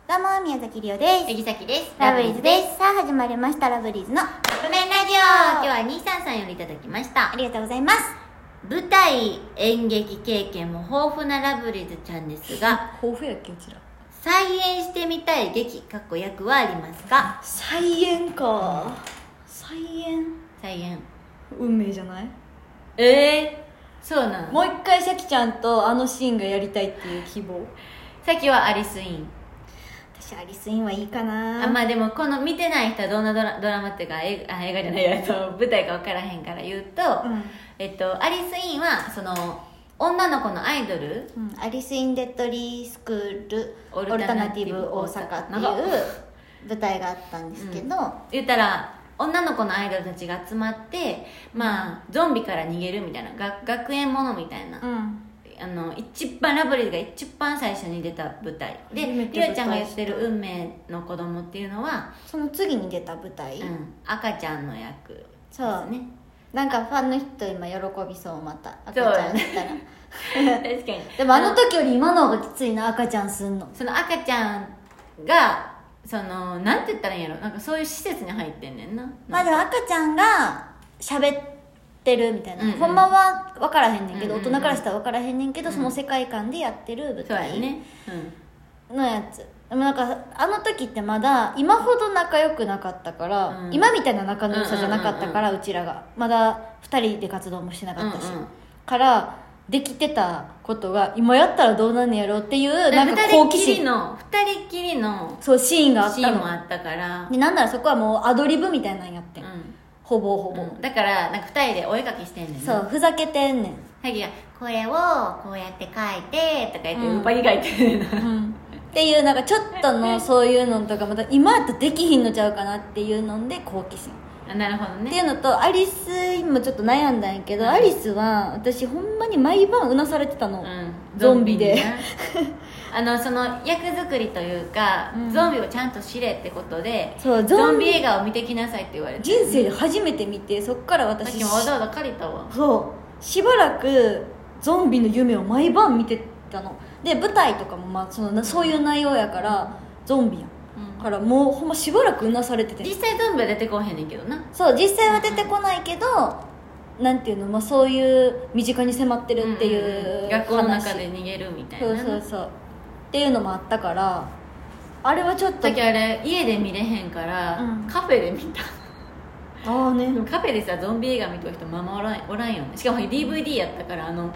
どうも、宮崎りおです。 杉崎です。 ラブリーズです。さあ、始まりました、ラブリーズのカップ麺ラジオ。今日は233さんよりいただきました。 ありがとうございます。 舞台演劇経験も豊富なラブリーズちゃんですが、 豊富やっけ、うちら。 再演してみたい劇役はありますか？ 再演か。再演運命じゃない？ そうなの。 もう一回シャキちゃんとあのシーンがやりたいっていう希望。 さっきはアリスイン。 私アリスインはいいかな。 まあでもこの見てない人はどんなドラマっていうか映画じゃないや舞台か分からへんから言うと、アリスインはその女の子のアイドル、 アリスインデッドリースクールオルタナティブ大阪っていう舞台があったんですけど、 言ったら女の子のアイドルたちが集まってゾンビから逃げるみたいな学園ものみたいな、一番ラブリーズが一番最初に出た舞台で、りおちゃんが言ってる運命の子供っていうのはその次に出た舞台、 赤ちゃんの役ですね。 そうなんかファンの人今喜びそう、また赤ちゃんだったら確かにでもあの時より今の方がきついな、赤ちゃんすんの。 その赤ちゃんがなんて言ったらいいんやろ、なんかそういう施設に入ってんねんな。 まあでも赤ちゃんが喋ってるみたいな、ほんまは分からへんねんけど、大人からしたら分からへんねんけど、その世界観でやってる舞台のやつ。でもなんかあの時ってまだ今ほど仲良くなかったから、今みたいな仲の良さじゃなかったから、うちらがまだ2人で活動もしてなかったし、からできてたことが今やったらどうなんねやろうっていう、なんか好奇心、 2人きりのそうシーンがあったの。 シーンもあったからで、なんならそこはもうアドリブみたいなんやってん、ほぼ、 だからなんか2人でお絵描きしてんねんね。 そうふざけてんねん。 さっきがこれをこうやって描いてとか言ってウパに描いてるっていう、なんかちょっとのそういうのとかまた今やったらできひんのちゃうかなっていうので好奇心。 なるほどね。 っていうのと、アリス今ちょっと悩んだんやけど、アリスは私ほんまに毎晩うなされてたの、ゾンビでその役作りというか、ゾンビをちゃんと知れってことで、 そうゾンビ映画を見てきなさいって言われて、 人生で初めて見て、そっから私さっきもわざわざ借りたわ。 そうしばらくゾンビの夢を毎晩見てたので、舞台とかもそういう内容やからゾンビやん、からもうほんましばらくうなされてて、 実際ゾンビは出てこへんねんけどな。 そう実際は出てこないけど、なんていうの、そういう身近に迫ってるっていう話、 学校の中で逃げるみたいな。 そうっていうのもあったから、あれはちょっとさっきあれ家で見れへんから、カフェで見た。でもカフェでさゾンビ映画見とる人まあまあおらんよね。しかも DVD やったから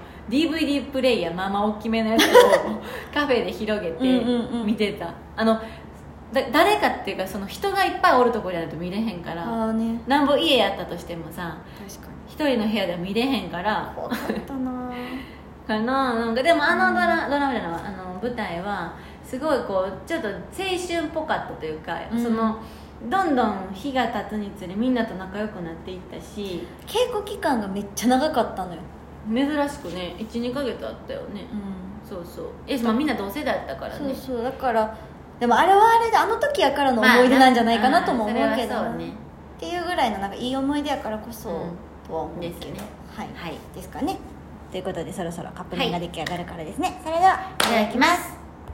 、DVD プレイヤーまあまあ大きめのやつをカフェで広げて見てた。誰かっていうか、その人がいっぱいおるところじゃないと見れへんから、なんぼ家やったとしてもさ、一人の部屋では見れへんから怖かったなかな。なんかでもドラマじゃない舞台はすごいこうちょっと青春っぽかったというか、どんどん日が経つにつれみんなと仲良くなっていったし、 稽古期間がめっちゃ長かったのよ。 珍しくね 1,2 ヶ月あったよね。そうみんな同世代だったからね。 そうだから、でもあれはあれであの時やからの思い出なんじゃないかなとも思うけど、っていうぐらいのなんかいい思い出やからこそ、とは思うけど、ですかね。ということでそろそろカップ麺が出来上がるからですね。それではいただきます。